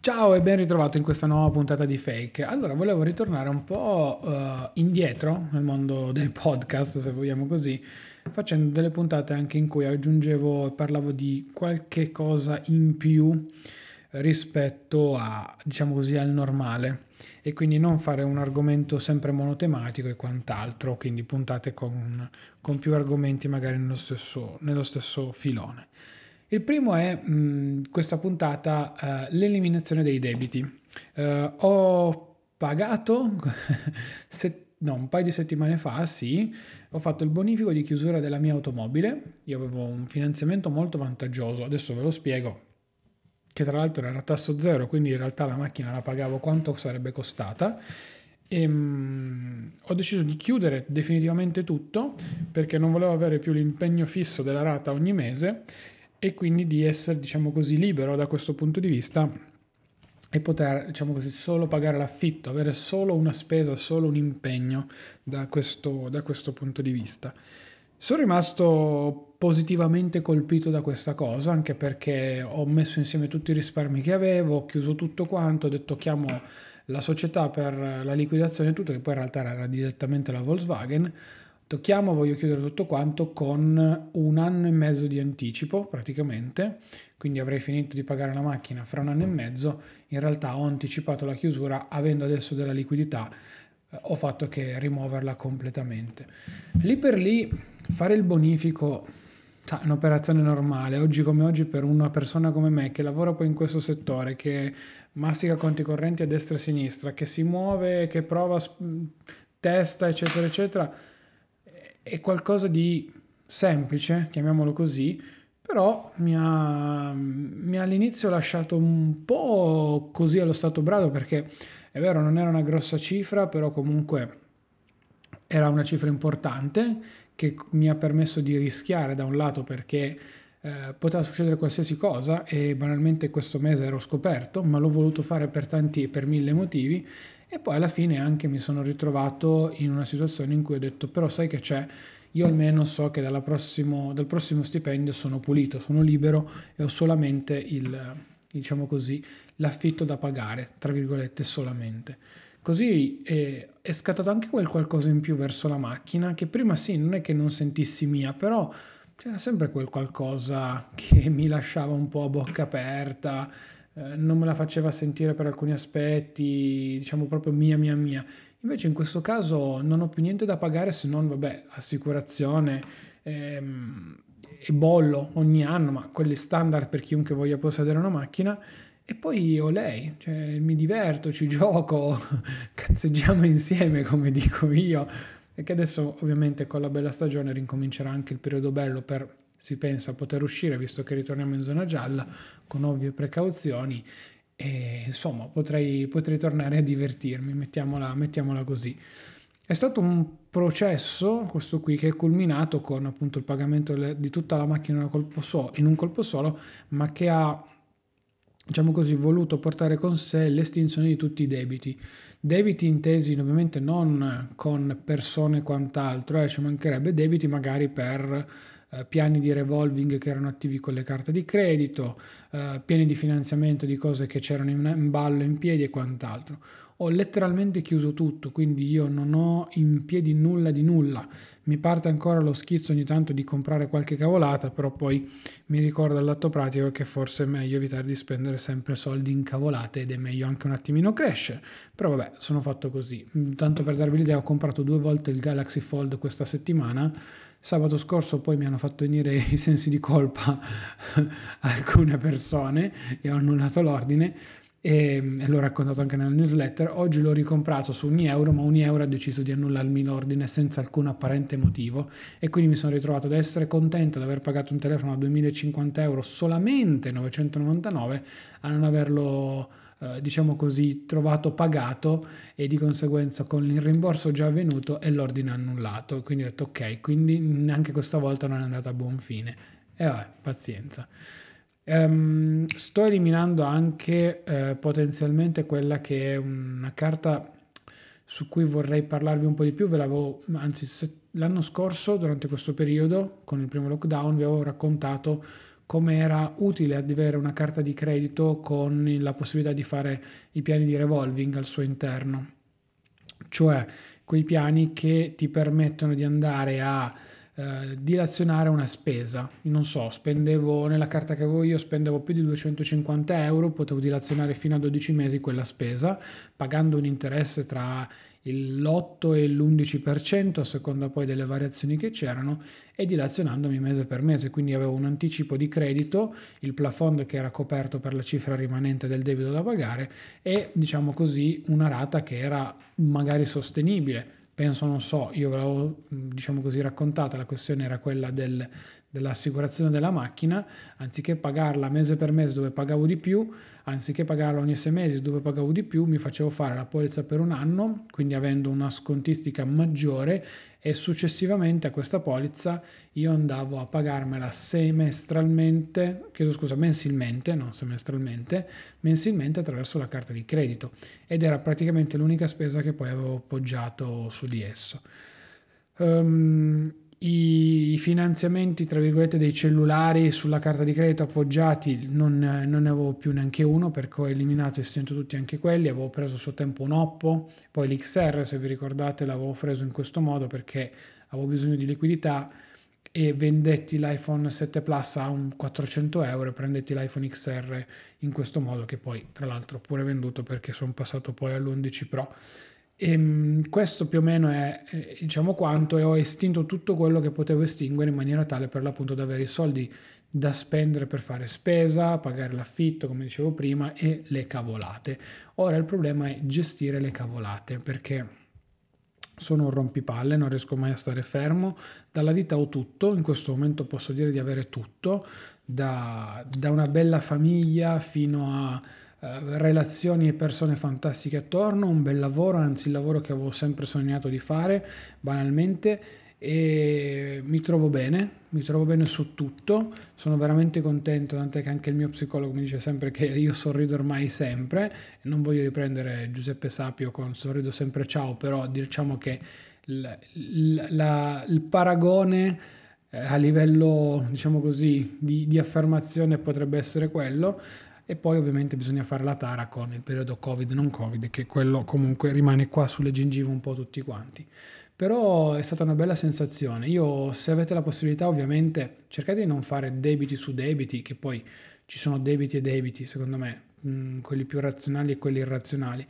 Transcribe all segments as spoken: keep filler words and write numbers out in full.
Ciao e ben ritrovato in questa nuova puntata di Fake. Allora, volevo ritornare un po' eh, indietro nel mondo del podcast, se vogliamo così, facendo delle puntate anche in cui aggiungevo e parlavo di qualche cosa in più rispetto a, diciamo così, al normale e quindi non fare un argomento sempre monotematico e quant'altro, quindi puntate con, con più argomenti magari nello stesso, nello stesso filone. Il primo è mh, questa puntata, eh, l'eliminazione dei debiti. Eh, ho pagato, se- no, un paio di settimane fa, sì, ho fatto il bonifico di chiusura della mia automobile. Io avevo un finanziamento molto vantaggioso, adesso ve lo spiego, che tra l'altro era a tasso zero, quindi in realtà la macchina la pagavo quanto sarebbe costata. E, mh, ho deciso di chiudere definitivamente tutto perché non volevo avere più l'impegno fisso della rata ogni mese e quindi di essere, diciamo così, libero da questo punto di vista e poter, diciamo così, solo pagare l'affitto, avere solo una spesa, solo un impegno da questo, da questo punto di vista. Sono rimasto positivamente colpito da questa cosa, anche perché ho messo insieme tutti i risparmi che avevo, ho chiuso tutto quanto, ho detto chiamo la società per la liquidazione e tutto, che poi in realtà era direttamente la Volkswagen. Tocchiamo, voglio chiudere tutto quanto con un anno e mezzo di anticipo praticamente, quindi avrei finito di pagare la macchina fra un anno e mezzo. In realtà ho anticipato la chiusura, avendo adesso della liquidità, eh, ho fatto che rimuoverla completamente. Lì per lì fare il bonifico è un'operazione normale, oggi come oggi per una persona come me che lavora poi in questo settore, che mastica conti correnti a destra e a sinistra, che si muove, che prova testa eccetera eccetera, è qualcosa di semplice, chiamiamolo così, però mi ha, mi ha all'inizio lasciato un po' così allo stato brado perché è vero, non era una grossa cifra, però comunque era una cifra importante che mi ha permesso di rischiare da un lato perché eh, poteva succedere qualsiasi cosa e banalmente questo mese ero scoperto, ma l'ho voluto fare per tanti e per mille motivi e poi alla fine anche mi sono ritrovato in una situazione in cui ho detto però sai che c'è, io almeno so che dalla prossimo, dal prossimo stipendio sono pulito, sono libero e ho solamente il, diciamo così, l'affitto da pagare, tra virgolette solamente. Così è, è scattato anche quel qualcosa in più verso la macchina, che prima sì, non è che non sentissi mia, però c'era sempre quel qualcosa che mi lasciava un po' a bocca aperta, eh, non me la faceva sentire per alcuni aspetti, diciamo proprio mia, mia, mia. Invece in questo caso non ho più niente da pagare se non, vabbè, assicurazione ehm, e bollo ogni anno, ma quelli standard per chiunque voglia possedere una macchina. E poi ho lei, cioè mi diverto, ci gioco, cazzeggiamo insieme, come dico io. E che adesso ovviamente con la bella stagione rincomincerà anche il periodo bello per, si pensa, poter uscire, visto che ritorniamo in zona gialla, con ovvie precauzioni. E insomma, potrei, potrei tornare a divertirmi, mettiamola, mettiamola così. È stato un processo, questo qui, che è culminato con appunto il pagamento di tutta la macchina in un colpo solo, in un colpo solo ma che ha, diciamo così, voluto portare con sé l'estinzione di tutti i debiti. Debiti intesi ovviamente non con persone e quant'altro, eh, ci mancherebbe debiti magari per eh, piani di revolving che erano attivi con le carte di credito, eh, piani di finanziamento di cose che c'erano in, in ballo, in piedi e quant'altro. Ho letteralmente chiuso tutto, quindi io non ho in piedi nulla di nulla. Mi parte ancora lo schizzo ogni tanto di comprare qualche cavolata, però poi mi ricordo all'atto pratico che forse è meglio evitare di spendere sempre soldi in cavolate ed è meglio anche un attimino crescere. Però vabbè, sono fatto così. Tanto per darvi l'idea, ho comprato due volte il Galaxy Fold questa settimana. Sabato scorso poi mi hanno fatto venire i sensi di colpa alcune persone e ho annullato l'ordine e, e l'ho raccontato anche nella newsletter. Oggi l'ho ricomprato su ogni euro, ma ogni euro ha deciso di annullarmi l'ordine senza alcun apparente motivo e quindi mi sono ritrovato ad essere contento di aver pagato un telefono a duemilacinquanta euro solamente novecentonovantanove a non averlo eh, diciamo così trovato pagato e di conseguenza con il rimborso già avvenuto e l'ordine annullato. Quindi ho detto ok, quindi neanche questa volta non è andata a buon fine e vabbè, pazienza. Um, sto eliminando anche eh, potenzialmente quella che è una carta su cui vorrei parlarvi un po' di più. Ve l'avevo, anzi, se, l'anno scorso, durante questo periodo, con il primo lockdown, vi avevo raccontato come era utile avere una carta di credito con la possibilità di fare i piani di revolving al suo interno, cioè quei piani che ti permettono di andare a eh, dilazionare una spesa. Non so, spendevo nella carta che avevo io, spendevo più di duecentocinquanta euro, potevo dilazionare fino a dodici mesi quella spesa, pagando un interesse tra l'otto e l'undici per cento a seconda poi delle variazioni che c'erano, e dilazionandomi mese per mese, quindi avevo un anticipo di credito, il plafond che era coperto per la cifra rimanente del debito da pagare e, diciamo così, una rata che era magari sostenibile. Penso, non so, io ve l'avevo, diciamo così, raccontata, la questione era quella del, dell'assicurazione della macchina. Anziché pagarla mese per mese dove pagavo di più, anziché pagarla ogni sei mesi dove pagavo di più, mi facevo fare la polizza per un anno, quindi avendo una scontistica maggiore, e successivamente a questa polizza io andavo a pagarmela semestralmente, chiedo scusa, mensilmente, non semestralmente, mensilmente attraverso la carta di credito, ed era praticamente l'unica spesa che poi avevo appoggiato su di esso. Um, i, I finanziamenti, tra virgolette, dei cellulari sulla carta di credito appoggiati non, non ne avevo più neanche uno, perché ho eliminato e estinto tutti anche quelli. Avevo preso a suo tempo un Oppo, poi l'X R, se vi ricordate, l'avevo preso in questo modo perché avevo bisogno di liquidità e vendetti l'iPhone sette Plus a un quattrocento euro e prendetti l'iPhone X R in questo modo, che poi tra l'altro ho pure venduto perché sono passato poi all'undici Pro. E questo più o meno è, è diciamo quanto, e ho estinto tutto quello che potevo estinguere in maniera tale per l'appunto da avere i soldi da spendere per fare spesa, pagare l'affitto come dicevo prima e le cavolate. Ora il problema è gestire le cavolate, perché sono un rompipalle, non riesco mai a stare fermo. Dalla vita ho tutto, in questo momento posso dire di avere tutto, da, da una bella famiglia fino a Uh, relazioni e persone fantastiche attorno, un bel lavoro, anzi il lavoro che avevo sempre sognato di fare banalmente, e mi trovo bene, mi trovo bene su tutto, sono veramente contento, tant'è che anche il mio psicologo mi dice sempre che io sorrido ormai sempre, e non voglio riprendere Giuseppe Sapio con sorrido sempre ciao, però diciamo che il, il, la, il paragone eh, a livello, diciamo così, di, di affermazione potrebbe essere quello. E poi ovviamente bisogna fare la tara con il periodo Covid, non Covid, che quello comunque rimane qua sulle gengive un po' tutti quanti. Però è stata una bella sensazione. Io, se avete la possibilità, ovviamente cercate di non fare debiti su debiti, che poi ci sono debiti e debiti, secondo me, mh, quelli più razionali e quelli irrazionali.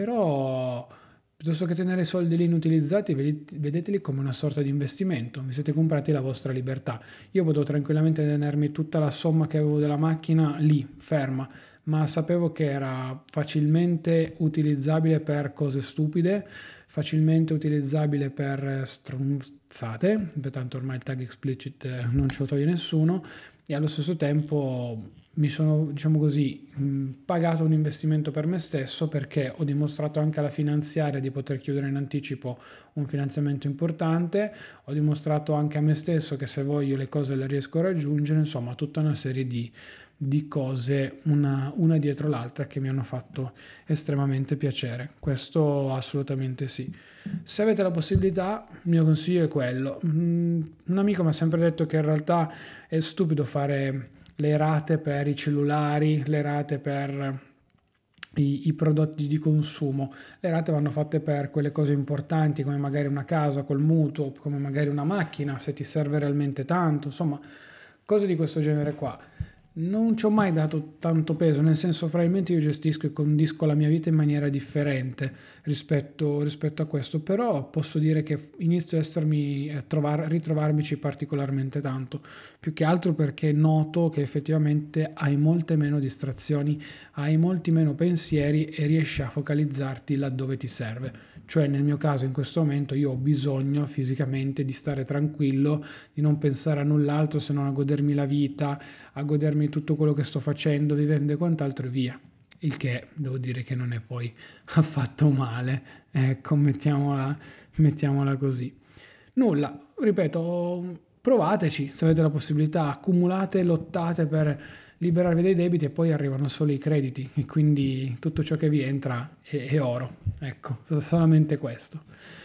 Però piuttosto che tenere i soldi lì inutilizzati, vedeteli come una sorta di investimento. Vi siete comprati la vostra libertà. Io potevo tranquillamente tenermi tutta la somma che avevo della macchina lì, ferma, ma sapevo che era facilmente utilizzabile per cose stupide, facilmente utilizzabile per stronzate, tanto ormai il tag explicit non ce lo toglie nessuno, e allo stesso tempo mi sono, diciamo così, mh, pagato un investimento per me stesso, perché ho dimostrato anche alla finanziaria di poter chiudere in anticipo un finanziamento importante, ho dimostrato anche a me stesso che se voglio le cose le riesco a raggiungere, insomma tutta una serie di, di cose una, una dietro l'altra che mi hanno fatto estremamente piacere. Questo assolutamente sì. Se avete la possibilità, il mio consiglio è quello. Mm, un amico mi ha sempre detto che in realtà è stupido fare le rate per i cellulari, le rate per i, i prodotti di consumo. Le rate vanno fatte per quelle cose importanti, come magari una casa col mutuo, come magari una macchina se ti serve realmente tanto, insomma cose di questo genere qua. Non ci ho mai dato tanto peso, nel senso, probabilmente io gestisco e condisco la mia vita in maniera differente rispetto, rispetto a questo, però posso dire che inizio a essermi, a trovar, ritrovarmici particolarmente tanto, più che altro perché noto che effettivamente hai molte meno distrazioni, hai molti meno pensieri e riesci a focalizzarti laddove ti serve. Cioè nel mio caso in questo momento io ho bisogno fisicamente di stare tranquillo, di non pensare a null'altro se non a godermi la vita, a godermi tutto quello che sto facendo, vivendo e quant'altro, e via. Il che devo dire che non è poi affatto male, ecco, mettiamola, mettiamola così. Nulla, ripeto, provateci se avete la possibilità, accumulate, lottate per liberarvi dai debiti e poi arrivano solo i crediti e quindi tutto ciò che vi entra è, è oro, ecco, solamente questo.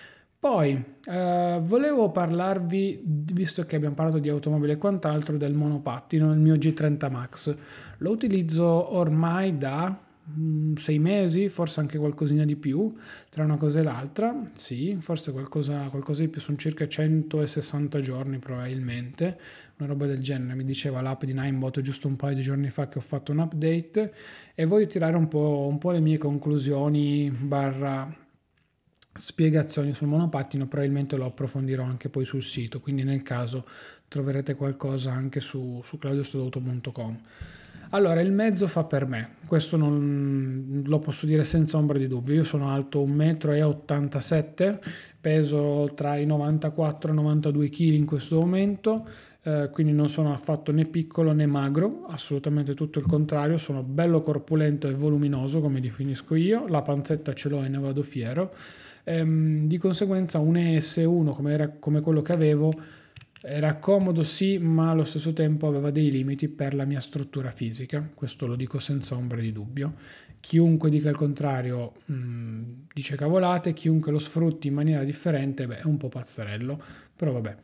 Poi eh, volevo parlarvi, visto che abbiamo parlato di automobile e quant'altro, del monopattino, il mio G trenta Max. Lo utilizzo ormai da mm, sei mesi, forse anche qualcosina di più, tra una cosa e l'altra. Sì, forse qualcosa, qualcosa di più, sono circa centosessanta giorni probabilmente, una roba del genere. Mi diceva l'app di Ninebot giusto un paio di giorni fa che ho fatto un update e voglio tirare un po', un po' le mie conclusioni barra spiegazioni sul monopattino. Probabilmente lo approfondirò anche poi sul sito, quindi nel caso troverete qualcosa anche su, su claudiostodauto punto com. Allora, il mezzo fa per me, questo non lo posso dire senza ombra di dubbio. Io sono alto un metro e ottantasette, peso tra i novantaquattro e novantadue kg in questo momento, eh, quindi non sono affatto né piccolo né magro, assolutamente tutto il contrario, sono bello corpulento e voluminoso come definisco io, la panzetta ce l'ho e ne vado fiero. Ehm, di conseguenza un E S uno come, era, come quello che avevo era comodo sì, ma allo stesso tempo aveva dei limiti per la mia struttura fisica, questo lo dico senza ombra di dubbio. Chiunque dica il contrario mh, dice cavolate, chiunque lo sfrutti in maniera differente, beh, è un po' pazzerello, però vabbè.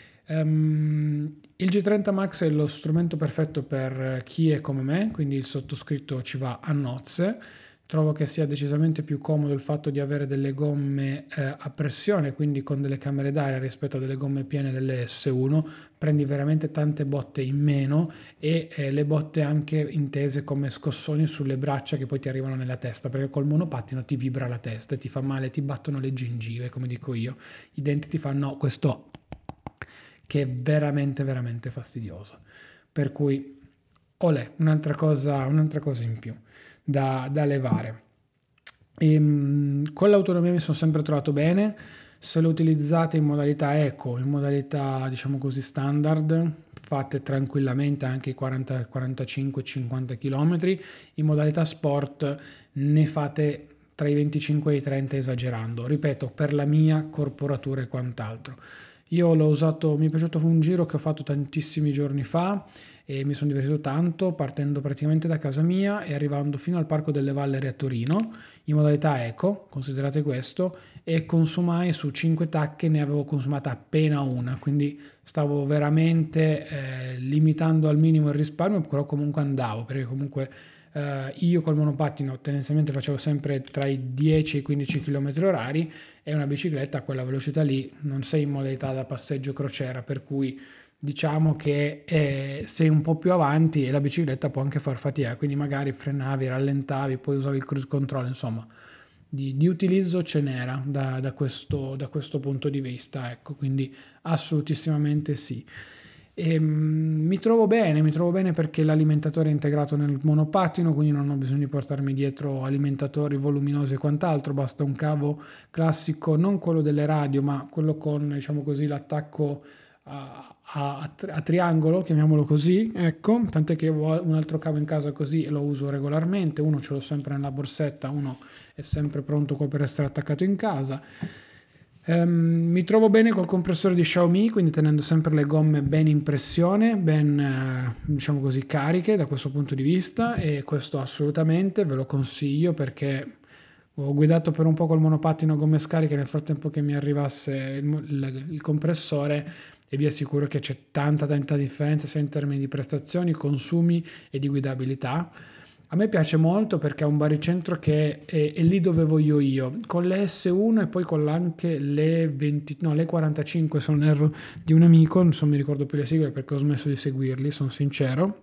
Um, il G trenta Max è lo strumento perfetto per chi è come me, quindi il sottoscritto ci va a nozze. Trovo che sia decisamente più comodo il fatto di avere delle gomme eh, a pressione, quindi con delle camere d'aria rispetto a delle gomme piene delle S uno. Prendi veramente tante botte in meno e eh, le botte anche intese come scossoni sulle braccia che poi ti arrivano nella testa, perché col monopattino ti vibra la testa e ti fa male, ti battono le gengive, come dico io. I denti ti fanno questo che è veramente veramente fastidioso. Per cui, olè, un'altra cosa, un'altra cosa in più da, da levare. E, mh, con l'autonomia mi sono sempre trovato bene. Se lo utilizzate in modalità eco, in modalità diciamo così standard, fate tranquillamente anche i quaranta, quarantacinque, cinquanta chilometri. In modalità sport ne fate tra i venticinque e i trenta esagerando, ripeto, per la mia corporatura e quant'altro. Io l'ho usato, mi è piaciuto un giro che ho fatto tantissimi giorni fa e mi sono divertito tanto partendo praticamente da casa mia e arrivando fino al Parco delle Valleri a Torino in modalità eco, considerate questo, e consumai su cinque tacche, ne avevo consumata appena una, quindi stavo veramente eh, limitando al minimo il risparmio, però comunque andavo, perché comunque Uh, io col monopattino tendenzialmente facevo sempre tra i dieci e i quindici chilometri orari e una bicicletta a quella velocità lì non sei in modalità da passeggio crociera, per cui diciamo che eh, sei un po' più avanti e la bicicletta può anche far fatica, quindi magari frenavi, rallentavi, poi usavi il cruise control, insomma di, di utilizzo ce n'era da, da, questo, da questo punto di vista, ecco, quindi assolutissimamente sì. E, mm, mi trovo bene, mi trovo bene perché l'alimentatore è integrato nel monopattino, quindi non ho bisogno di portarmi dietro alimentatori voluminosi e quant'altro, basta un cavo classico, non quello delle radio, ma quello con, diciamo così, l'attacco a, a, a triangolo, chiamiamolo così, ecco, tant'è che ho un altro cavo in casa così e lo uso regolarmente, uno ce l'ho sempre nella borsetta, uno è sempre pronto per essere attaccato in casa. Um, mi trovo bene col compressore di Xiaomi, quindi tenendo sempre le gomme ben in pressione, ben eh, diciamo così cariche da questo punto di vista, e questo assolutamente ve lo consiglio perché ho guidato per un po' col monopattino a gomme scariche nel frattempo che mi arrivasse il, il, il compressore e vi assicuro che c'è tanta tanta differenza sia in termini di prestazioni, consumi e di guidabilità. A me piace molto perché ha un baricentro che è, è lì dove voglio io, con le S uno e poi con anche le venti, no, le quarantacinque sono erro di un amico, non so, mi ricordo più le sigle perché ho smesso di seguirli, sono sincero.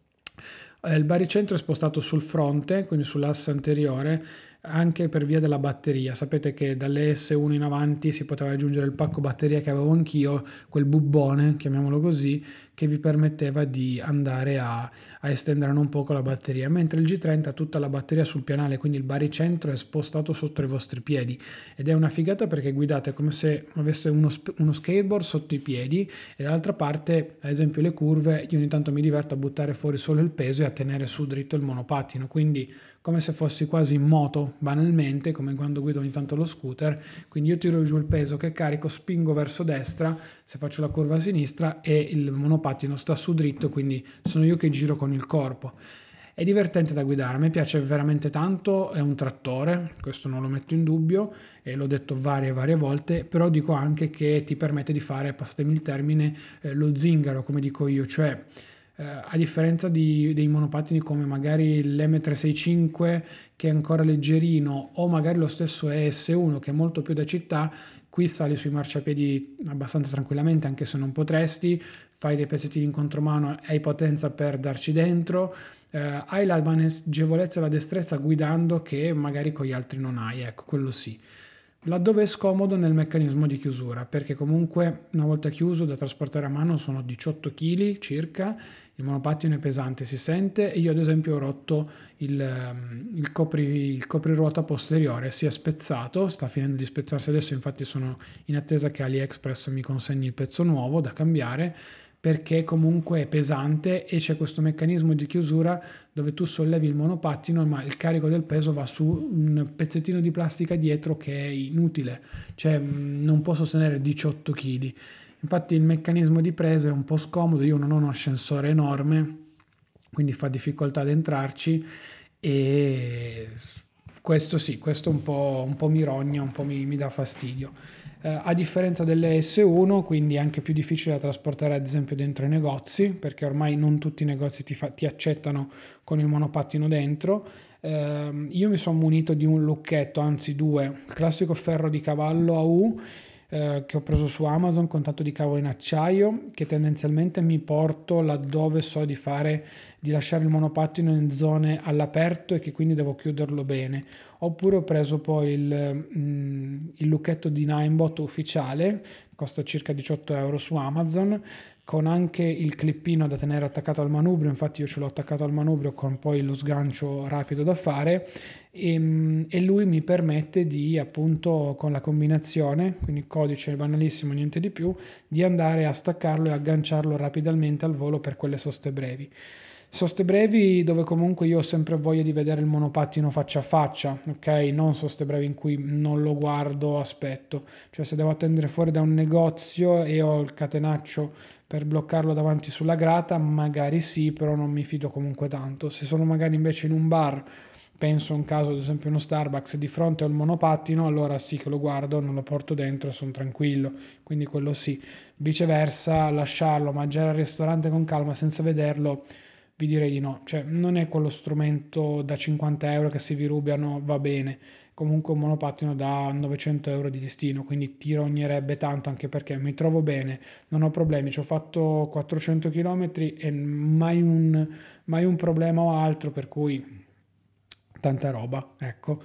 Eh, il baricentro è spostato sul fronte, quindi sull'asse anteriore, anche per via della batteria. Sapete che dalle S uno in avanti si poteva aggiungere il pacco batteria che avevo anch'io, quel bubbone, chiamiamolo così, che vi permetteva di andare a, a estendere un poco la batteria, mentre il G trenta ha tutta la batteria sul pianale, quindi il baricentro è spostato sotto i vostri piedi ed è una figata perché guidate come se avesse uno, uno skateboard sotto i piedi e dall'altra parte, ad esempio le curve, io ogni tanto mi diverto a buttare fuori solo il peso e a tenere su dritto il monopattino, quindi come se fossi quasi in moto, banalmente, come quando guido ogni tanto lo scooter, quindi io tiro giù il peso che carico, spingo verso destra, se faccio la curva a sinistra e il monopattino sta su dritto, quindi sono io che giro con il corpo. È divertente da guidare, a me piace veramente tanto, è un trattore, questo non lo metto in dubbio e l'ho detto varie varie volte, però dico anche che ti permette di fare, passatemi il termine, eh, lo zingaro, come dico io, cioè eh, a differenza di, dei monopattini come magari l'M trecentosessantacinque che è ancora leggerino o magari lo stesso E S uno che è molto più da città, qui sali sui marciapiedi abbastanza tranquillamente anche se non potresti, fai dei pezzettini in contromano, hai potenza per darci dentro, eh, hai la manegevolezza e la destrezza guidando che magari con gli altri non hai, ecco, quello sì. Laddove è scomodo nel meccanismo di chiusura, perché comunque una volta chiuso da trasportare a mano sono diciotto chili circa, il monopattino è pesante, si sente, e io ad esempio ho rotto il, ehm, il, copri, il copriruota posteriore, si è spezzato, sta finendo di spezzarsi adesso, infatti sono in attesa che AliExpress mi consegni il pezzo nuovo da cambiare, perché comunque è pesante e c'è questo meccanismo di chiusura dove tu sollevi il monopattino ma il carico del peso va su un pezzettino di plastica dietro che è inutile, cioè non può sostenere diciotto chili. Infatti il meccanismo di presa è un po' scomodo, io non ho un ascensore enorme, quindi fa difficoltà ad entrarci e questo sì, questo un po', un po' mi rogna, un po' mi, mi dà fastidio. Eh, a differenza delle S uno, quindi è anche più difficile da trasportare ad esempio dentro i negozi, perché ormai non tutti i negozi ti, fa, ti accettano con il monopattino dentro. Eh, io mi sono munito di un lucchetto, anzi due, il classico ferro di cavallo A U, eh, che ho preso su Amazon con tanto di cavolo in acciaio, che tendenzialmente mi porto laddove so di fare, di lasciare il monopattino in zone all'aperto e che quindi devo chiuderlo bene. Oppure ho preso poi il, mm, il lucchetto di Ninebot ufficiale, costa circa diciotto euro su Amazon, con anche il clippino da tenere attaccato al manubrio, infatti io ce l'ho attaccato al manubrio con poi lo sgancio rapido da fare e, e lui mi permette di appunto con la combinazione, quindi codice banalissimo, niente di più, di andare a staccarlo e agganciarlo rapidamente al volo per quelle soste brevi. Soste brevi dove comunque io ho sempre voglia di vedere il monopattino faccia a faccia, ok? Non soste brevi in cui non lo guardo, aspetto. Cioè se devo attendere fuori da un negozio e ho il catenaccio per bloccarlo davanti sulla grata, magari sì, però non mi fido comunque tanto. Se sono magari invece in un bar, penso a un caso ad esempio uno Starbucks, di fronte al monopattino, allora sì che lo guardo, non lo porto dentro e sono tranquillo. Quindi quello sì. Viceversa, lasciarlo, mangiare al ristorante con calma senza vederlo, vi direi di no, cioè non è quello strumento da cinquanta euro che se vi rubano va bene, comunque un monopattino da novecento euro di listino, quindi ti rognerebbe tanto anche perché mi trovo bene, non ho problemi, ci ho fatto quattrocento chilometri e mai un, mai un problema o altro, per cui tanta roba, ecco.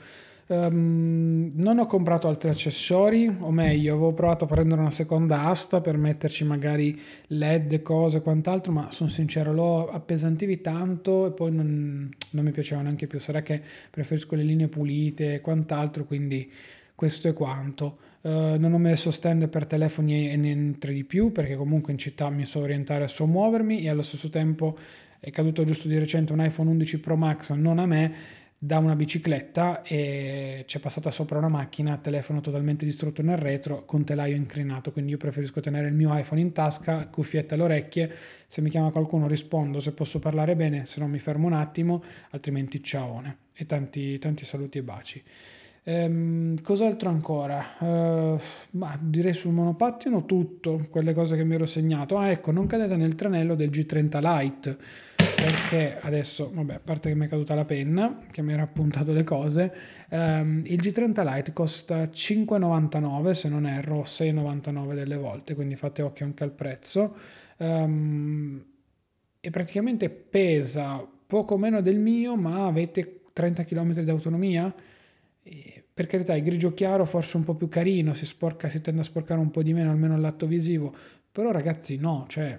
Um, non ho comprato altri accessori, o meglio, avevo provato a prendere una seconda asta per metterci magari LED, cose e quant'altro, ma sono sincero, l'ho appesantivi tanto e poi non, non mi piaceva neanche più. Sarà che preferisco le linee pulite e quant'altro, quindi questo è quanto. Uh, non ho messo stand per telefoni e niente di più, perché comunque in città mi so orientare, so muovermi e allo stesso tempo è caduto giusto di recente un iPhone undici Pro Max, non a me, da una bicicletta e c'è passata sopra una macchina, telefono totalmente distrutto nel retro con telaio incrinato, quindi io preferisco tenere il mio iPhone in tasca, cuffiette alle orecchie, se mi chiama qualcuno rispondo, se posso parlare bene, se no mi fermo un attimo, altrimenti ciaone e tanti, tanti saluti e baci. Ehm, cos'altro ancora? Eh, ma direi sul monopattino tutto, quelle cose che mi ero segnato. Ah, ecco, non cadete nel tranello del G trenta Lite, perché adesso, vabbè, a parte che mi è caduta la penna, che mi era appuntato le cose, ehm, il G trenta Lite costa cinque e novantanove, se non erro, sei e novantanove delle volte, quindi fate occhio anche al prezzo. Ehm, e praticamente pesa poco meno del mio, ma avete trenta chilometri di autonomia. E per carità, è grigio chiaro, forse un po' più carino, si sporca, si tende a sporcare un po' di meno, almeno all'atto visivo, però ragazzi no, cioè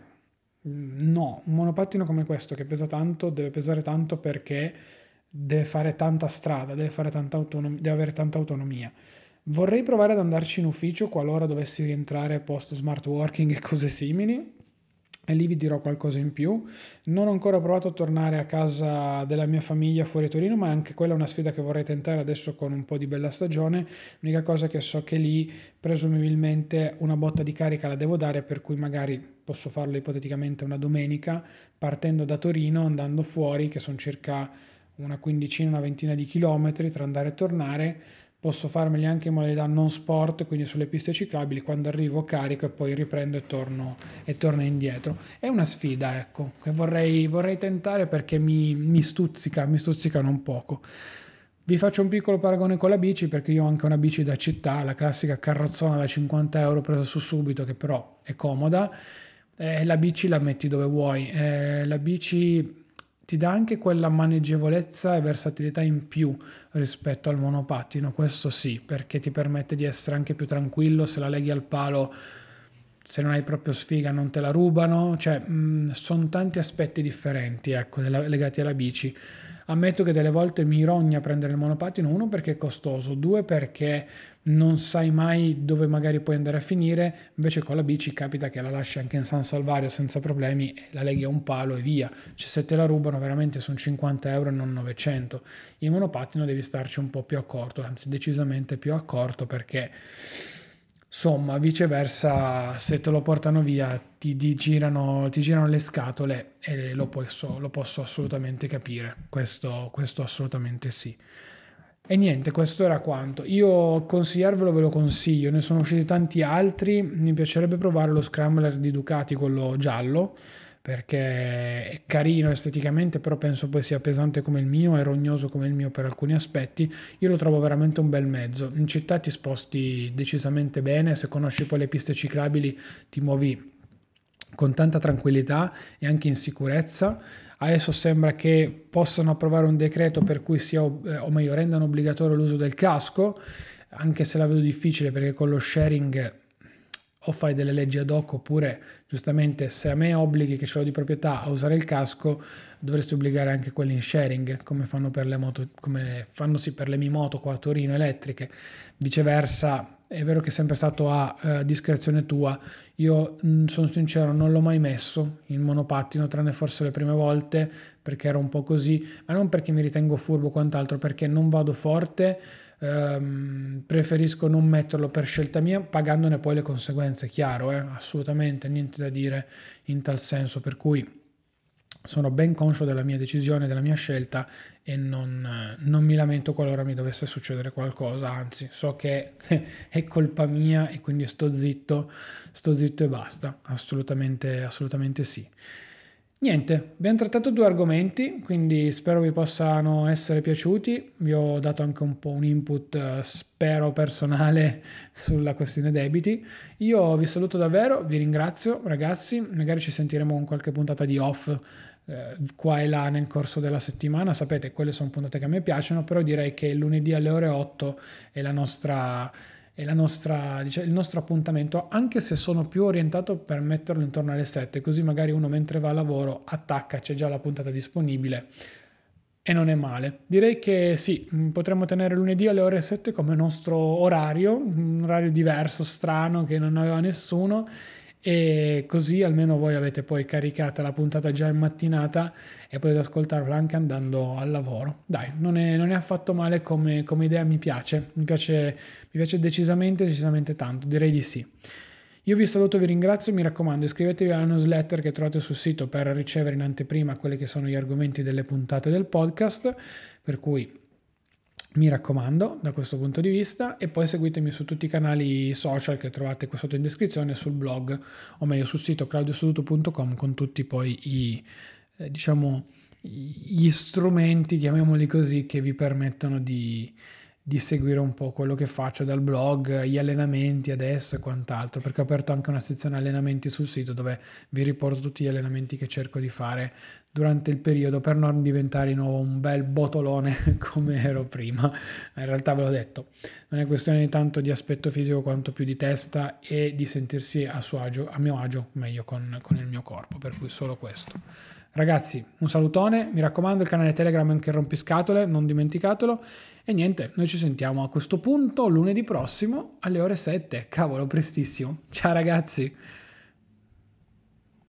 no, un monopattino come questo che pesa tanto deve pesare tanto perché deve fare tanta strada, deve, fare tanta autonom- deve avere tanta autonomia. Vorrei provare ad andarci in ufficio qualora dovessi rientrare post smart working e cose simili, e lì vi dirò qualcosa in più. Non ho ancora provato a tornare a casa della mia famiglia fuori Torino, ma anche quella è una sfida che vorrei tentare adesso con un po' di bella stagione. L'unica cosa è che so che lì presumibilmente una botta di carica la devo dare, per cui magari posso farlo ipoteticamente una domenica, partendo da Torino, andando fuori, che sono circa una quindicina, una ventina di chilometri tra andare e tornare. Posso farmeli anche in modalità non sport, quindi sulle piste ciclabili, quando arrivo carico e poi riprendo e torno, e torno indietro. È una sfida, ecco, che vorrei, vorrei tentare perché mi, mi stuzzica, mi stuzzica non poco. Vi faccio un piccolo paragone con la bici, perché io ho anche una bici da città, la classica carrozzona da cinquanta euro presa su subito, che però è comoda. Eh, la bici la metti dove vuoi, eh, la bici ti dà anche quella maneggevolezza e versatilità in più rispetto al monopattino, questo sì, perché ti permette di essere anche più tranquillo. Se la leghi al palo, se non hai proprio sfiga, non te la rubano, cioè sono tanti aspetti differenti, ecco, legati alla bici. Ammetto che delle volte mi rogna prendere il monopattino, uno perché è costoso, due perché non sai mai dove magari puoi andare a finire. Invece con la bici capita che la lasci anche in San Salvario senza problemi, la leghi a un palo e via. Cioè, se te la rubano veramente sono cinquanta euro e non novecento. Il monopattino devi starci un po' più accorto, anzi decisamente più accorto, perché insomma, viceversa, se te lo portano via ti, ti girano, ti girano le scatole, e lo, posso, lo posso assolutamente capire, questo, questo assolutamente sì. E niente, questo era quanto. Io consigliarvelo, ve lo consiglio, ne sono usciti tanti altri. Mi piacerebbe provare lo Scrambler di Ducati, quello giallo, perché è carino esteticamente, però penso poi sia pesante come il mio, è rognoso come il mio per alcuni aspetti. Io lo trovo veramente un bel mezzo. In città ti sposti decisamente bene, se conosci poi le piste ciclabili ti muovi con tanta tranquillità e anche in sicurezza. Adesso sembra che possano approvare un decreto per cui sia, o meglio, rendano obbligatorio l'uso del casco, anche se la vedo difficile, perché con lo sharing o fai delle leggi ad hoc, oppure giustamente se a me obblighi, che ce l'ho di proprietà, a usare il casco, dovresti obbligare anche quelli in sharing, come fanno per le moto, come fanno sì per le mie moto qua a Torino elettriche. Viceversa, è vero che è sempre stato a eh, discrezione tua. Io mh, sono sincero, non l'ho mai messo in monopattino, tranne forse le prime volte, perché ero un po' così, ma non perché mi ritengo furbo o quant'altro, perché non vado forte. Um, preferisco non metterlo per scelta mia, pagandone poi le conseguenze, chiaro, eh? Assolutamente niente da dire in tal senso, per cui sono ben conscio della mia decisione, della mia scelta, e non, non mi lamento qualora mi dovesse succedere qualcosa, anzi so che è colpa mia e quindi sto zitto, sto zitto e basta, assolutamente, assolutamente sì. Niente, abbiamo trattato due argomenti, quindi spero vi possano essere piaciuti. Vi ho dato anche un po' un input, spero personale, sulla questione debiti. Io vi saluto davvero, vi ringrazio ragazzi, magari ci sentiremo con qualche puntata di off eh, qua e là nel corso della settimana. Sapete, quelle sono puntate che a me piacciono, però direi che il lunedì alle ore otto è la nostra... è la nostra, diciamo, il nostro appuntamento, anche se sono più orientato per metterlo intorno alle sette, così magari uno mentre va a lavoro attacca, c'è già la puntata disponibile e non è male. Direi che sì, potremmo tenere lunedì alle ore sette come nostro orario, un orario diverso, strano, che non aveva nessuno, e così almeno voi avete poi caricata la puntata già in mattinata e potete ascoltarla anche andando al lavoro. Dai, non è, non è affatto male come, come idea, mi piace, mi piace, mi piace decisamente, decisamente tanto, direi di sì. Io vi saluto, vi ringrazio, mi raccomando iscrivetevi alla newsletter che trovate sul sito per ricevere in anteprima quelli che sono gli argomenti delle puntate del podcast, per cui mi raccomando da questo punto di vista, e poi seguitemi su tutti i canali social che trovate qui sotto in descrizione, sul blog, o meglio sul sito claudio seduto punto com, con tutti poi i eh, diciamo gli strumenti, chiamiamoli così, che vi permettono di, di seguire un po' quello che faccio dal blog, gli allenamenti adesso e quant'altro, perché ho aperto anche una sezione allenamenti sul sito dove vi riporto tutti gli allenamenti che cerco di fare durante il periodo, per non diventare di nuovo un bel botolone come ero prima. In realtà ve l'ho detto, non è questione tanto di aspetto fisico quanto più di testa e di sentirsi a suo agio, a mio agio meglio con, con il mio corpo, per cui solo questo. Ragazzi, un salutone, mi raccomando, il canale Telegram è anche il rompiscatole, non dimenticatelo, e niente, noi ci sentiamo a questo punto lunedì prossimo alle ore sette, cavolo, prestissimo. Ciao ragazzi!